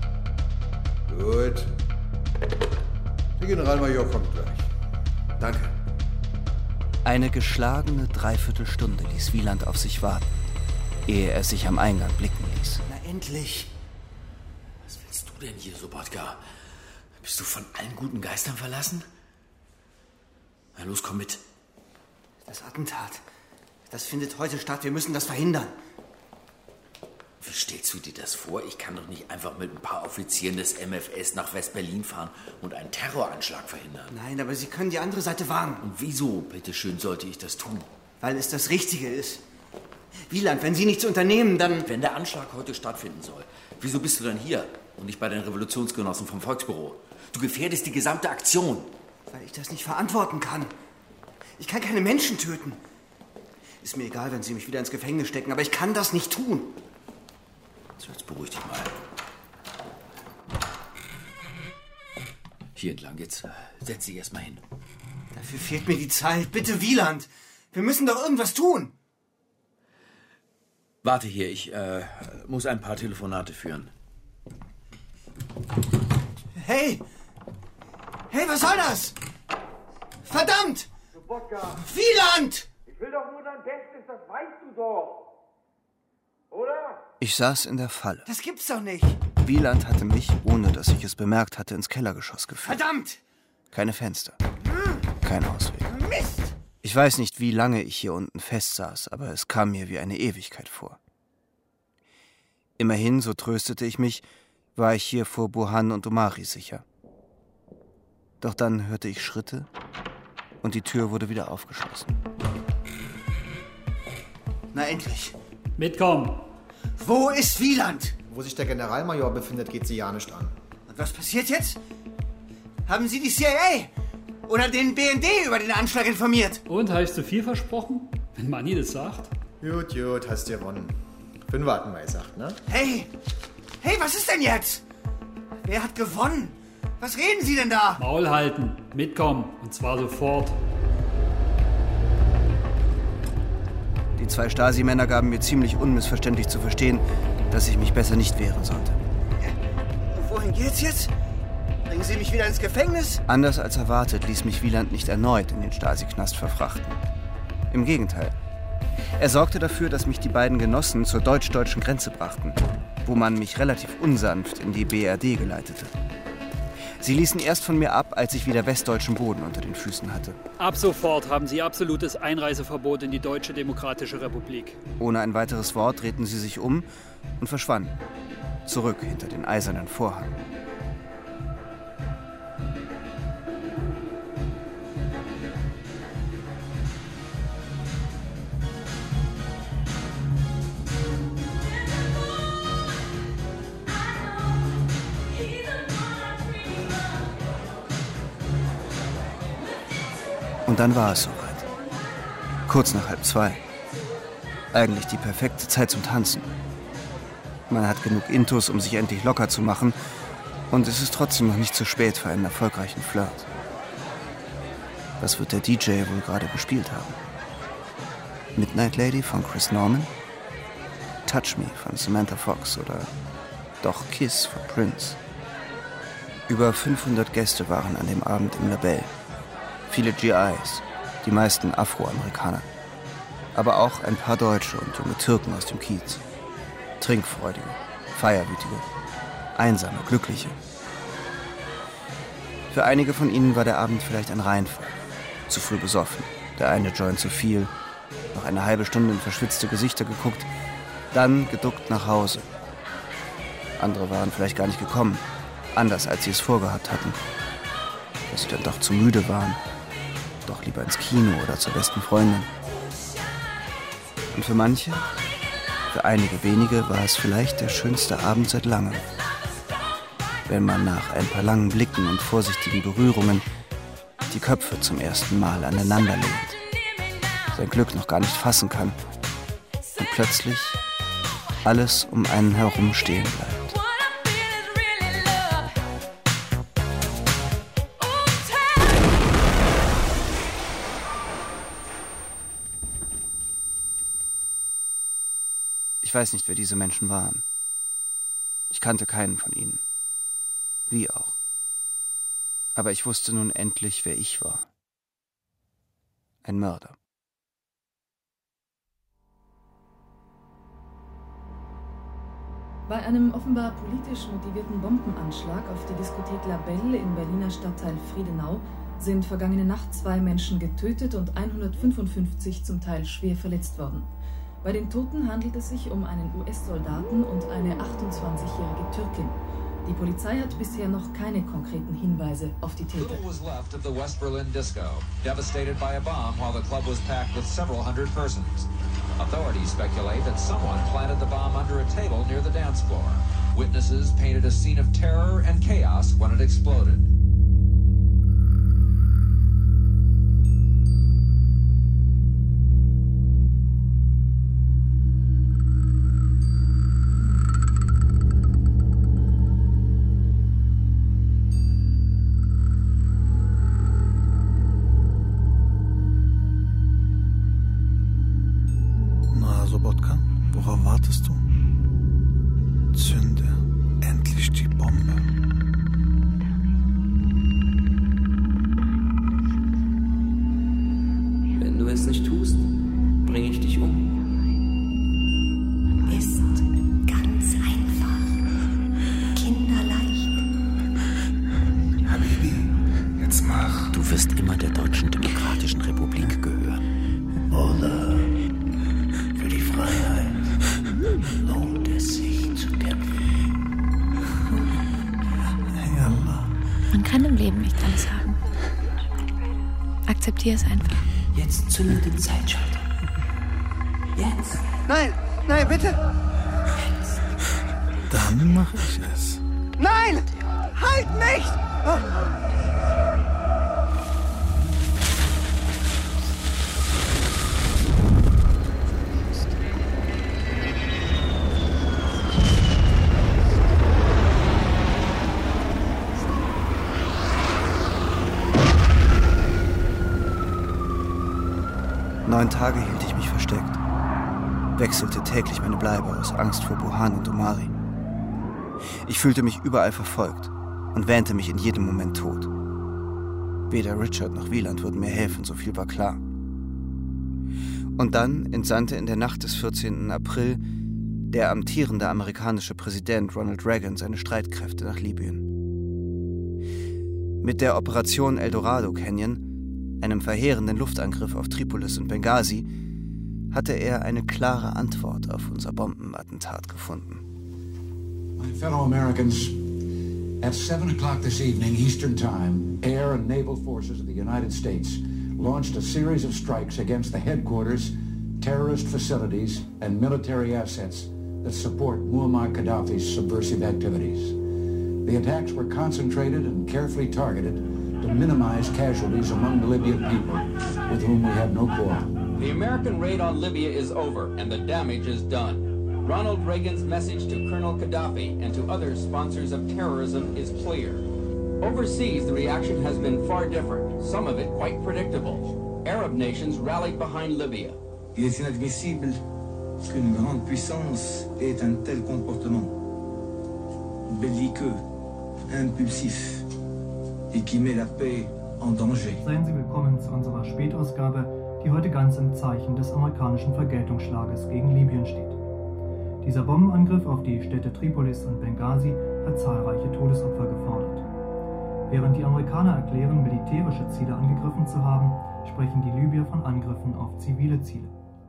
Gut. Der Generalmajor kommt gleich. Danke. Eine geschlagene Dreiviertelstunde ließ Wieland auf sich warten, ehe er sich am Eingang blicken ließ. Na endlich! Was willst du denn hier, Sobotka? Bist du von allen guten Geistern verlassen? Na los, komm mit. Das Attentat, das findet heute statt. Wir müssen das verhindern. Wie stellst du dir das vor? Ich kann doch nicht einfach mit ein paar Offizieren des MFS nach West-Berlin fahren und einen Terroranschlag verhindern. Nein, aber Sie können die andere Seite warnen. Und wieso, bitteschön, sollte ich das tun? Weil es das Richtige ist. Wieland, wenn Sie nichts unternehmen, dann... Wenn der Anschlag heute stattfinden soll, wieso bist du dann hier und nicht bei den Revolutionsgenossen vom Volksbüro? Du gefährdest die gesamte Aktion. Weil ich das nicht verantworten kann. Ich kann keine Menschen töten. Ist mir egal, wenn Sie mich wieder ins Gefängnis stecken, aber ich kann das nicht tun. So, jetzt beruhig dich mal. Hier entlang, jetzt setz dich erst mal hin. Dafür fehlt mir die Zeit. Bitte, Wieland. Wir müssen doch irgendwas tun. Warte hier, ich muss ein paar Telefonate führen. Hey! Hey, was soll das? Verdammt! Sobotka! Wieland! Ich will doch nur dein Bestes, das weißt du doch. Oder? Ich saß in der Falle. Das gibt's doch nicht. Wieland hatte mich, ohne dass ich es bemerkt hatte, ins Kellergeschoss geführt. Verdammt! Keine Fenster. Kein Ausweg. Mist! Ich weiß nicht, wie lange ich hier unten festsaß, aber es kam mir wie eine Ewigkeit vor. Immerhin, so tröstete ich mich, war ich hier vor Burhan und Omari sicher. Doch dann hörte ich Schritte und die Tür wurde wieder aufgeschlossen. Na endlich. Mitkommen. Wo ist Wieland? Wo sich der Generalmajor befindet, geht sie ja nicht an. Und was passiert jetzt? Haben Sie die CIA oder den BND über den Anschlag informiert? Und, habe ich zu viel versprochen? Wenn Manni das sagt. Gut, hast gewonnen. 5 warten wir gesagt, ne? Hey, was ist denn jetzt? Wer hat gewonnen? Was reden Sie denn da? Maul halten, mitkommen, und zwar sofort. Die 2 Stasi-Männer gaben mir ziemlich unmissverständlich zu verstehen, dass ich mich besser nicht wehren sollte. Wohin geht's jetzt? Bringen Sie mich wieder ins Gefängnis? Anders als erwartet ließ mich Wieland nicht erneut in den Stasi-Knast verfrachten. Im Gegenteil. Er sorgte dafür, dass mich die beiden Genossen zur deutsch-deutschen Grenze brachten, wo man mich relativ unsanft in die BRD geleitete. Sie ließen erst von mir ab, als ich wieder westdeutschen Boden unter den Füßen hatte. Ab sofort haben Sie absolutes Einreiseverbot in die Deutsche Demokratische Republik. Ohne ein weiteres Wort drehten sie sich um und verschwanden. Zurück hinter den eisernen Vorhang. Und dann war es soweit. Kurz nach 1:30. Eigentlich die perfekte Zeit zum Tanzen. Man hat genug Intus, um sich endlich locker zu machen. Und es ist trotzdem noch nicht zu spät für einen erfolgreichen Flirt. Was wird der DJ wohl gerade gespielt haben? Midnight Lady von Chris Norman? Touch Me von Samantha Fox oder doch Kiss von Prince? Über 500 Gäste waren an dem Abend im Labell. Viele GIs, die meisten Afroamerikaner. Aber auch ein paar Deutsche und junge Türken aus dem Kiez. Trinkfreudige, feierwütige, einsame, glückliche. Für einige von ihnen war der Abend vielleicht ein Reinfall. Zu früh besoffen, der eine Joint zu viel, noch eine halbe Stunde in verschwitzte Gesichter geguckt, dann geduckt nach Hause. Andere waren vielleicht gar nicht gekommen, anders als sie es vorgehabt hatten. Dass sie dann doch zu müde waren, doch lieber ins Kino oder zur besten Freundin. Und für manche, für einige wenige, war es vielleicht der schönste Abend seit langem. Wenn man nach ein paar langen Blicken und vorsichtigen Berührungen die Köpfe zum ersten Mal aneinander legt, sein Glück noch gar nicht fassen kann und plötzlich alles um einen herum stehen bleibt. Ich weiß nicht, wer diese Menschen waren. Ich kannte keinen von ihnen. Wie auch. Aber ich wusste nun endlich, wer ich war. Ein Mörder. Bei einem offenbar politisch motivierten Bombenanschlag auf die Diskothek La Belle im Berliner Stadtteil Friedenau sind vergangene Nacht 2 Menschen getötet und 155 zum Teil schwer verletzt worden. Bei den Toten handelt es sich um einen US-Soldaten und eine 28-jährige Türkin. Die Polizei hat bisher noch keine konkreten Hinweise auf die Täter. Little was left of the West Berlin disco, devastated by a bomb while the club was packed with several hundred persons. Authorities speculate that someone planted the bomb under a table near the dance floor. Witnesses painted a scene of terror and chaos when it exploded. Sobotka, worauf wartest du? Zünde endlich die Bombe. Wenn du es nicht tust, bringe ich dich um. Ist ganz einfach. Kinderleicht. Habibi, jetzt mach. Du wirst immer der Deutschen Demokratischen Republik gehören. Oder für die Freiheit lohnt es sich zu kämpfen. Man kann im Leben nicht alles haben. Akzeptier es einfach. Jetzt zünde den Zeitschalter. Jetzt. Nein, nein, bitte. Jetzt. Dann mache ich es. Nein! Halt mich! Oh. 9 Tage hielt ich mich versteckt. Wechselte täglich meine Bleibe aus Angst vor Burhan und Omari. Ich fühlte mich überall verfolgt und wähnte mich in jedem Moment tot. Weder Richard noch Wieland würden mir helfen, so viel war klar. Und dann entsandte in der Nacht des 14. April der amtierende amerikanische Präsident Ronald Reagan seine Streitkräfte nach Libyen. Mit der Operation Eldorado Canyon, einem verheerenden Luftangriff auf Tripolis und Benghazi, hatte er eine klare Antwort auf unser Bombenattentat gefunden. My fellow Americans, at 7 o'clock this evening Eastern Time, air and naval forces of the United States launched a series of strikes against the headquarters, terrorist facilities, and military assets that support Muammar Gaddafi's subversive activities. The attacks were concentrated and carefully targeted to minimize casualties among the Libyan people, with whom we have no quarrel. The American raid on Libya is over, and the damage is done. Ronald Reagan's message to Colonel Gaddafi and to other sponsors of terrorism is clear. Overseas, the reaction has been far different, some of it quite predictable. Arab nations rallied behind Libya. Il est inadmissible qu'une grande puissance ait un tel comportement belliqueux, impulsif et qui met la paix en danger. Seien Sie willkommen zu unserer Spätausgabe, die heute ganz im Zeichen des amerikanischen Vergeltungsschlages gegen Libyen steht. Dieser Bombenangriff auf die Städte Tripolis und Benghazi hat zahlreiche Todesopfer gefordert. Während die Amerikaner erklären, militärische Ziele angegriffen zu haben, sprechen die Libyer von Angriffen auf zivile Ziele.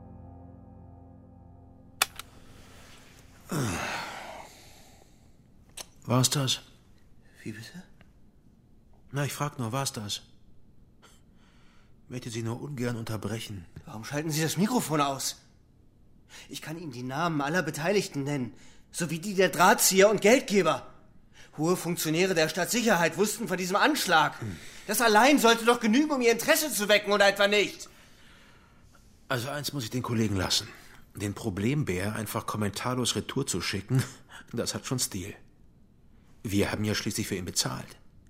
War's das? Wie bitte? Na, ich frag nur, war's das? Ich möchte Sie nur ungern unterbrechen. Warum schalten Sie das Mikrofon aus? Ich kann Ihnen die Namen aller Beteiligten nennen, sowie die der Drahtzieher und Geldgeber. Hohe Funktionäre der Stadtsicherheit wussten von diesem Anschlag. Das allein sollte doch genügen, um ihr Interesse zu wecken, oder etwa nicht? Also eins muss ich den Kollegen lassen. Den Problembär einfach kommentarlos retour zu schicken, das hat schon Stil. Wir haben ja schließlich für ihn bezahlt.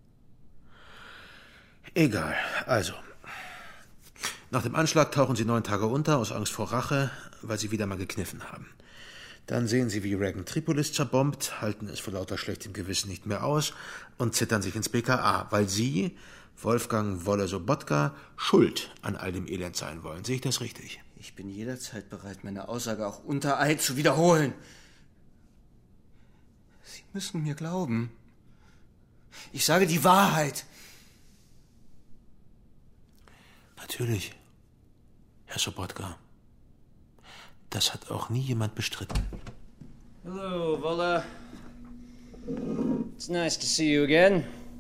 Egal, also. Nach dem Anschlag tauchen Sie 9 Tage unter, aus Angst vor Rache, weil Sie wieder mal gekniffen haben. Dann sehen Sie, wie Reagan Tripolis zerbombt, halten es vor lauter schlechtem Gewissen nicht mehr aus und zittern sich ins BKA, weil Sie, Wolfgang Wolle-Sobotka, schuld an all dem Elend sein wollen. Sehe ich das richtig? Ich bin jederzeit bereit, meine Aussage auch unter Eid zu wiederholen. Sie müssen mir glauben. Ich sage die Wahrheit. Natürlich, Herr Sobotka. Das hat auch nie jemand bestritten. Hello, Wolle. It's nice to see you again.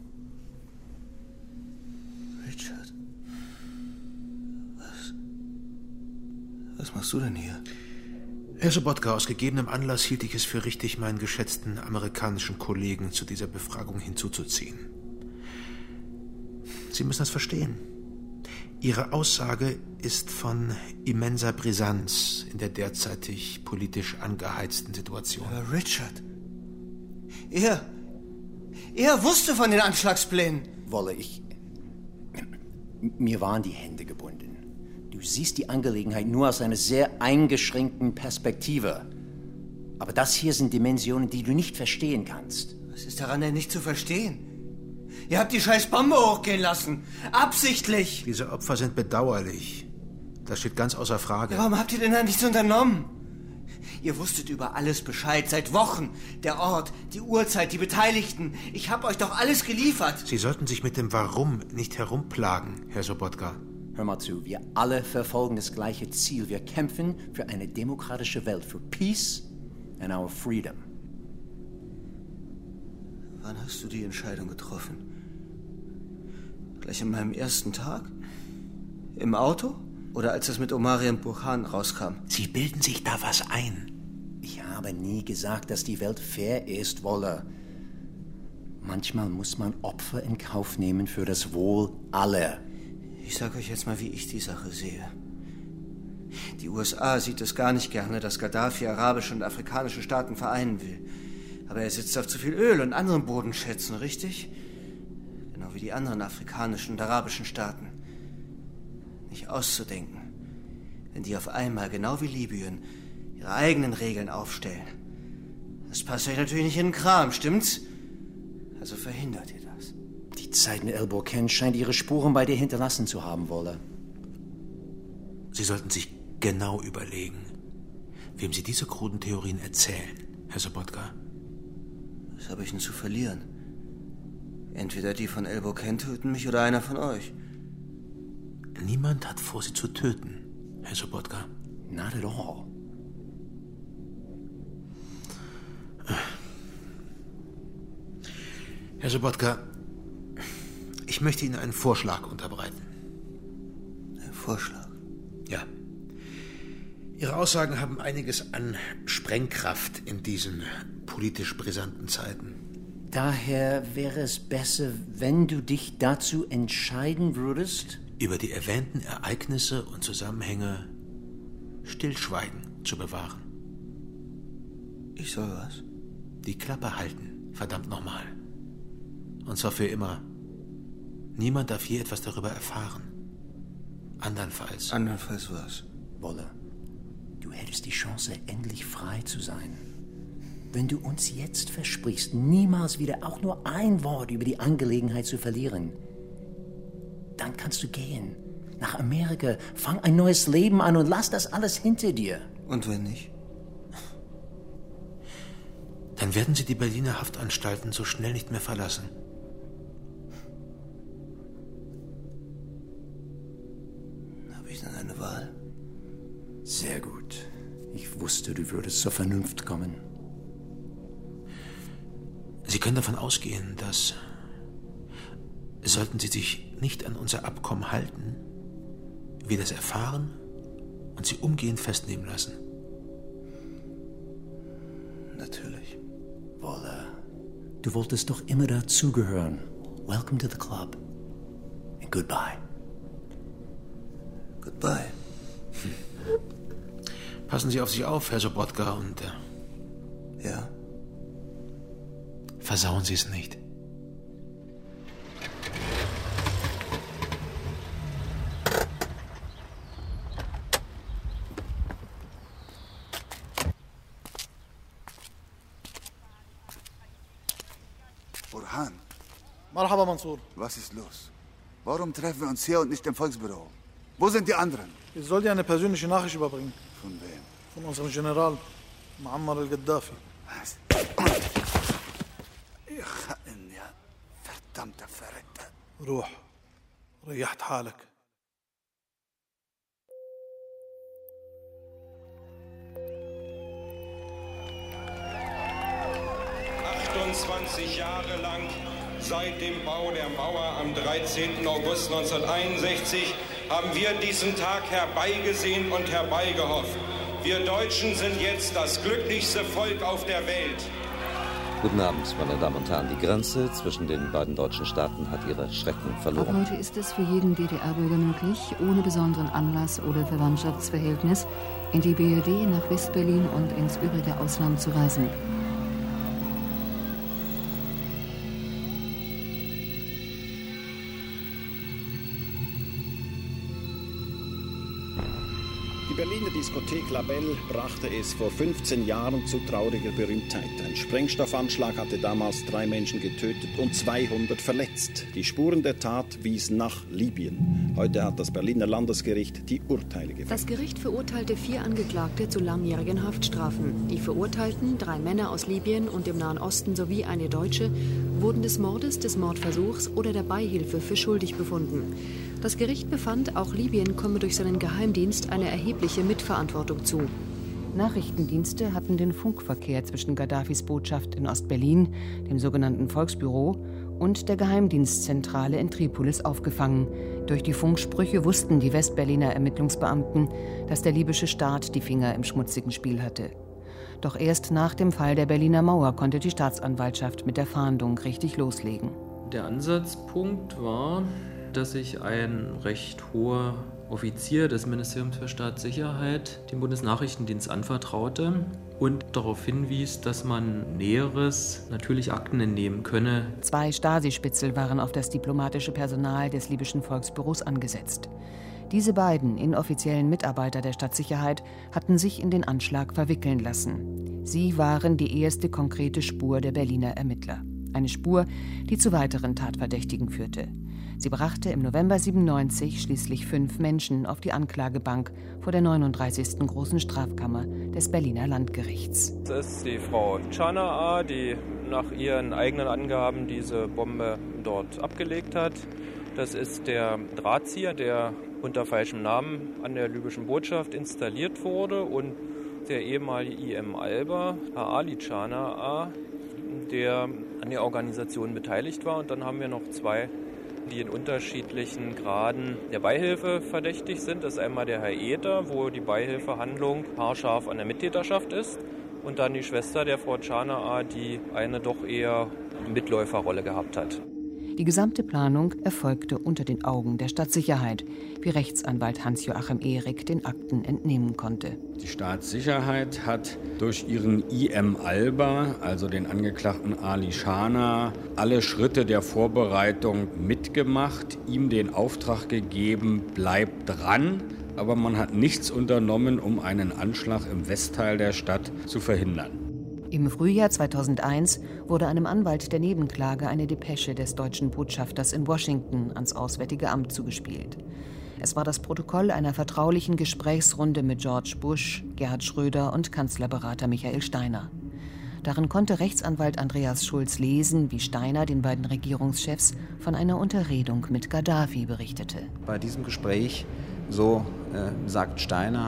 Richard. Was machst du denn hier? Herr Sobotka, aus gegebenem Anlass hielt ich es für richtig, meinen geschätzten amerikanischen Kollegen zu dieser Befragung hinzuzuziehen. Sie müssen das verstehen. Ihre Aussage ist von immenser Brisanz in der derzeitig politisch angeheizten Situation. Aber Richard, er wusste von den Anschlagsplänen. Wolle, mir waren die Hände gebunden. Du siehst die Angelegenheit nur aus einer sehr eingeschränkten Perspektive. Aber das hier sind Dimensionen, die du nicht verstehen kannst. Was ist daran denn nicht zu verstehen? Ihr habt die scheiß Bombe hochgehen lassen. Absichtlich. Diese Opfer sind bedauerlich. Das steht ganz außer Frage. Ja, warum habt ihr denn da nichts unternommen? Ihr wusstet über alles Bescheid, seit Wochen. Der Ort, die Uhrzeit, die Beteiligten. Ich hab euch doch alles geliefert. Sie sollten sich mit dem Warum nicht herumplagen, Herr Sobotka. Hör mal zu, wir alle verfolgen das gleiche Ziel. Wir kämpfen für eine demokratische Welt, für Peace and our freedom. Wann hast du die Entscheidung getroffen? Gleich an meinem ersten Tag? Im Auto? Oder als es mit Omarian Burhan rauskam? Sie bilden sich da was ein. Ich habe nie gesagt, dass die Welt fair ist, Wolle. Manchmal muss man Opfer in Kauf nehmen für das Wohl aller. Ich sag euch jetzt mal, wie ich die Sache sehe. Die USA sieht es gar nicht gerne, dass Gaddafi arabische und afrikanische Staaten vereinen will. Aber er sitzt auf zu viel Öl und anderen Bodenschätzen, richtig? Genau wie die anderen afrikanischen und arabischen Staaten. Nicht auszudenken, wenn die auf einmal, genau wie Libyen, ihre eigenen Regeln aufstellen. Das passt euch natürlich nicht in den Kram, stimmt's? Also verhindert ihr das. Die Zeit in El Burken scheint ihre Spuren bei dir hinterlassen zu haben, Wolle. Sie sollten sich genau überlegen, wem Sie diese kruden Theorien erzählen, Herr Sobotka. Was habe ich denn zu verlieren? Entweder die von El Burken töten mich oder einer von euch. Niemand hat vor, Sie zu töten, Herr Sobotka. Not at all. Herr Sobotka, ich möchte Ihnen einen Vorschlag unterbreiten. Ein Vorschlag? Ja. Ihre Aussagen haben einiges an Sprengkraft in diesen politisch brisanten Zeiten. Daher wäre es besser, wenn du dich dazu entscheiden würdest, über die erwähnten Ereignisse und Zusammenhänge Stillschweigen zu bewahren. Ich soll was? Die Klappe halten, verdammt nochmal. Und zwar für immer. Niemand darf je etwas darüber erfahren. Andernfalls. Andernfalls was? Wolle, du hättest die Chance, endlich frei zu sein. Wenn du uns jetzt versprichst, niemals wieder auch nur ein Wort über die Angelegenheit zu verlieren, dann kannst du gehen. Nach Amerika, fang ein neues Leben an und lass das alles hinter dir. Und wenn nicht? Dann werden Sie die Berliner Haftanstalten so schnell nicht mehr verlassen. wüsste, du würdest zur Vernunft kommen. Sie können davon ausgehen, dass, sollten Sie sich nicht an unser Abkommen halten, wir das erfahren und Sie umgehend festnehmen lassen. Natürlich. Wolle, du wolltest doch immer dazugehören. Welcome to the club. And goodbye. Goodbye. Passen Sie auf sich auf, Herr Sobotka, und ja? Versauen Sie es nicht. Burhan. Marhaba, Mansour. Was ist los? Warum treffen wir uns hier und nicht im Volksbüro? Wo sind die anderen? Ich soll dir eine persönliche Nachricht überbringen. Von wem? Von unserem General, Muammar al-Gaddafi. Was? Ja, verdammter Verreckter. روح. ريحت حالك. Jahre lang seit dem Bau der Mauer am 13. August 1961 haben wir diesen Tag herbeigesehen und herbeigehofft. Wir Deutschen sind jetzt das glücklichste Volk auf der Welt. Guten Abend, meine Damen und Herren. Die Grenze zwischen den beiden deutschen Staaten hat ihre Schrecken verloren. Ab heute ist es für jeden DDR-Bürger möglich, ohne besonderen Anlass oder Verwandtschaftsverhältnis in die BRD, nach West-Berlin und ins übrige Ausland zu reisen. Die Berliner Diskothek La Belle brachte es vor 15 Jahren zu trauriger Berühmtheit. Ein Sprengstoffanschlag hatte damals 3 Menschen getötet und 200 verletzt. Die Spuren der Tat wiesen nach Libyen. Heute hat das Berliner Landesgericht die Urteile gefällt. Das Gericht verurteilte 4 Angeklagte zu langjährigen Haftstrafen. Die Verurteilten, 3 Männer aus Libyen und dem Nahen Osten sowie eine Deutsche, wurden des Mordes, des Mordversuchs oder der Beihilfe für schuldig befunden. Das Gericht befand, auch Libyen komme durch seinen Geheimdienst eine erhebliche Mitverantwortung zu. Nachrichtendienste hatten den Funkverkehr zwischen Gaddafis Botschaft in Ostberlin, dem sogenannten Volksbüro, und der Geheimdienstzentrale in Tripolis aufgefangen. Durch die Funksprüche wussten die Westberliner Ermittlungsbeamten, dass der libysche Staat die Finger im schmutzigen Spiel hatte. Doch erst nach dem Fall der Berliner Mauer konnte die Staatsanwaltschaft mit der Fahndung richtig loslegen. Der Ansatzpunkt war, dass sich ein recht hoher Offizier des Ministeriums für Staatssicherheit dem Bundesnachrichtendienst anvertraute und darauf hinwies, dass man Näheres, natürlich Akten entnehmen könne. 2 Stasi-Spitzel waren auf das diplomatische Personal des libyschen Volksbüros angesetzt. Diese beiden inoffiziellen Mitarbeiter der Stadtsicherheit hatten sich in den Anschlag verwickeln lassen. Sie waren die erste konkrete Spur der Berliner Ermittler. Eine Spur, die zu weiteren Tatverdächtigen führte. Sie brachte im November 1997 schließlich 5 Menschen auf die Anklagebank vor der 39. Großen Strafkammer des Berliner Landgerichts. Das ist die Frau Canaa, die nach ihren eigenen Angaben diese Bombe dort abgelegt hat. Das ist der Drahtzieher, der unter falschem Namen an der libyschen Botschaft installiert wurde, und der ehemalige IM Alba, Herr Ali Canaa, der an der Organisation beteiligt war. Und dann haben wir noch 2, die in unterschiedlichen Graden der Beihilfe verdächtig sind. Das ist einmal der Herr Eder, wo die Beihilfehandlung haarscharf an der Mittäterschaft ist. Und dann die Schwester der Frau Canaa, die eine doch eher Mitläuferrolle gehabt hat. Die gesamte Planung erfolgte unter den Augen der Stadtsicherheit, wie Rechtsanwalt Hans-Joachim Ehrig den Akten entnehmen konnte. Die Staatssicherheit hat durch ihren IM Alba, also den Angeklagten Ali Canaa, alle Schritte der Vorbereitung mitgemacht, ihm den Auftrag gegeben, bleib dran, aber man hat nichts unternommen, um einen Anschlag im Westteil der Stadt zu verhindern. Im Frühjahr 2001 wurde einem Anwalt der Nebenklage eine Depesche des deutschen Botschafters in Washington ans Auswärtige Amt zugespielt. Es war das Protokoll einer vertraulichen Gesprächsrunde mit George Bush, Gerhard Schröder und Kanzlerberater Michael Steiner. Darin konnte Rechtsanwalt Andreas Schulz lesen, wie Steiner den beiden Regierungschefs von einer Unterredung mit Gaddafi berichtete. Bei diesem Gespräch, so sagt Steiner,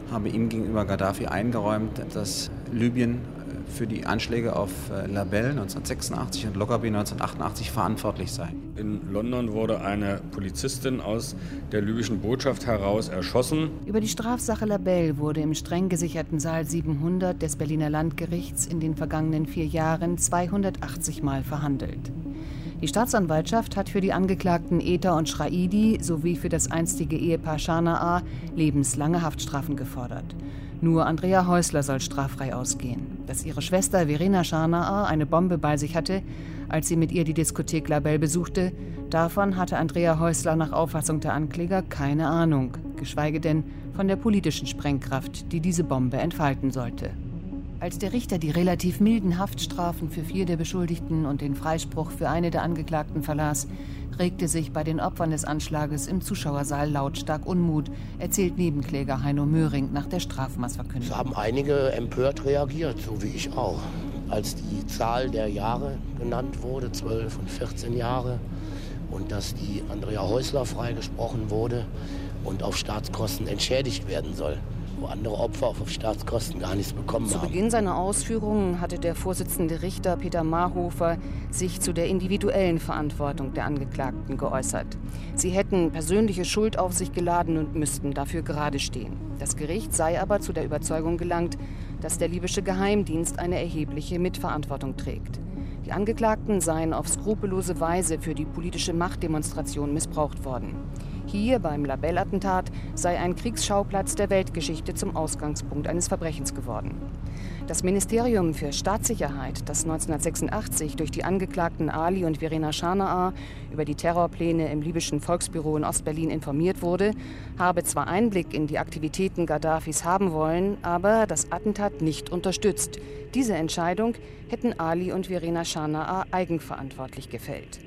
habe ihm gegenüber Gaddafi eingeräumt, dass Libyen für die Anschläge auf La Belle 1986 und Lockerbie 1988 verantwortlich sei. In London wurde eine Polizistin aus der libyschen Botschaft heraus erschossen. Über die Strafsache La Belle wurde im streng gesicherten Saal 700 des Berliner Landgerichts in den vergangenen 4 Jahren 280 Mal verhandelt. Die Staatsanwaltschaft hat für die Angeklagten Eta und Schraidi sowie für das einstige Ehepaar Schanaa lebenslange Haftstrafen gefordert. Nur Andrea Häusler soll straffrei ausgehen. Dass ihre Schwester Verena Schanaa eine Bombe bei sich hatte, als sie mit ihr die Diskothek La Belle besuchte, davon hatte Andrea Häusler nach Auffassung der Ankläger keine Ahnung, geschweige denn von der politischen Sprengkraft, die diese Bombe entfalten sollte. Als der Richter die relativ milden Haftstrafen für 4 der Beschuldigten und den Freispruch für eine der Angeklagten verlas, regte sich bei den Opfern des Anschlages im Zuschauersaal lautstark Unmut, erzählt Nebenkläger Heino Möhring nach der Strafmaßverkündung. Es haben einige empört reagiert, so wie ich auch. Als die Zahl der Jahre genannt wurde, 12 und 14 Jahre, und dass die Andrea Häusler freigesprochen wurde und auf Staatskosten entschädigt werden soll, wo andere Opfer auf Staatskosten gar nichts bekommen haben. Zu Beginn seiner Ausführungen hatte der Vorsitzende Richter Peter Marhofer sich zu der individuellen Verantwortung der Angeklagten geäußert. Sie hätten persönliche Schuld auf sich geladen und müssten dafür gerade stehen. Das Gericht sei aber zu der Überzeugung gelangt, dass der libysche Geheimdienst eine erhebliche Mitverantwortung trägt. Die Angeklagten seien auf skrupellose Weise für die politische Machtdemonstration missbraucht worden. Hier beim La Belle-Attentat sei ein Kriegsschauplatz der Weltgeschichte zum Ausgangspunkt eines Verbrechens geworden. Das Ministerium für Staatssicherheit, das 1986 durch die Angeklagten Ali und Verena Schanaa über die Terrorpläne im libyschen Volksbüro in Ostberlin informiert wurde, habe zwar Einblick in die Aktivitäten Gaddafis haben wollen, aber das Attentat nicht unterstützt. Diese Entscheidung hätten Ali und Verena Schanaa eigenverantwortlich gefällt.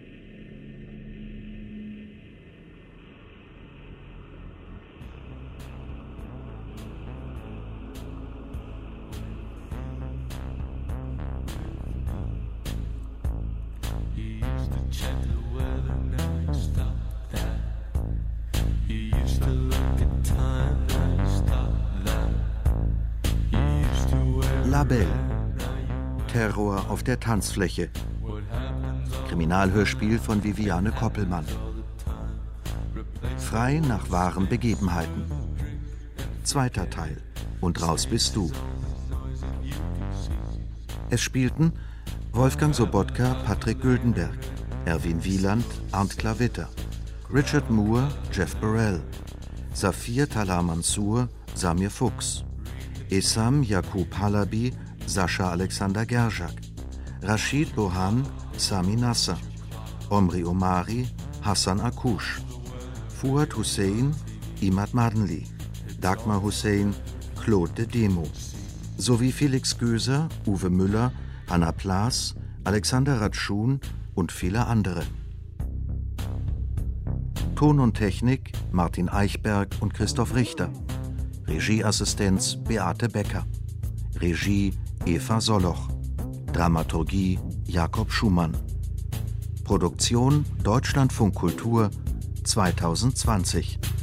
La Belle. Terror auf der Tanzfläche. Kriminalhörspiel von Viviane Koppelmann. Frei nach wahren Begebenheiten. 2. Teil. Und raus bist du. Es spielten Wolfgang Sobotka, Patrick Güldenberg, Erwin Wieland, Arndt Klavitter, Richard Moore, Jeff Burrell, Safir Talar Mansour, Samir Fuchs, Essam Yaqub Halabi, Sascha Alexander Gerjak, Rashid Bohan, Sami Nasser, Omri Omari, Hassan Akush, Fuad Hussein, Imad Madenli, Dagmar Hussein, Claude de Demo, sowie Felix Göser, Uwe Müller, Anna Plaas, Alexander Ratschun und viele andere. Ton und Technik Martin Eichberg und Christoph Richter. Regieassistenz Beate Becker. Regie Eva Soloch. Dramaturgie Jakob Schumann. Produktion Deutschlandfunk Kultur 2020.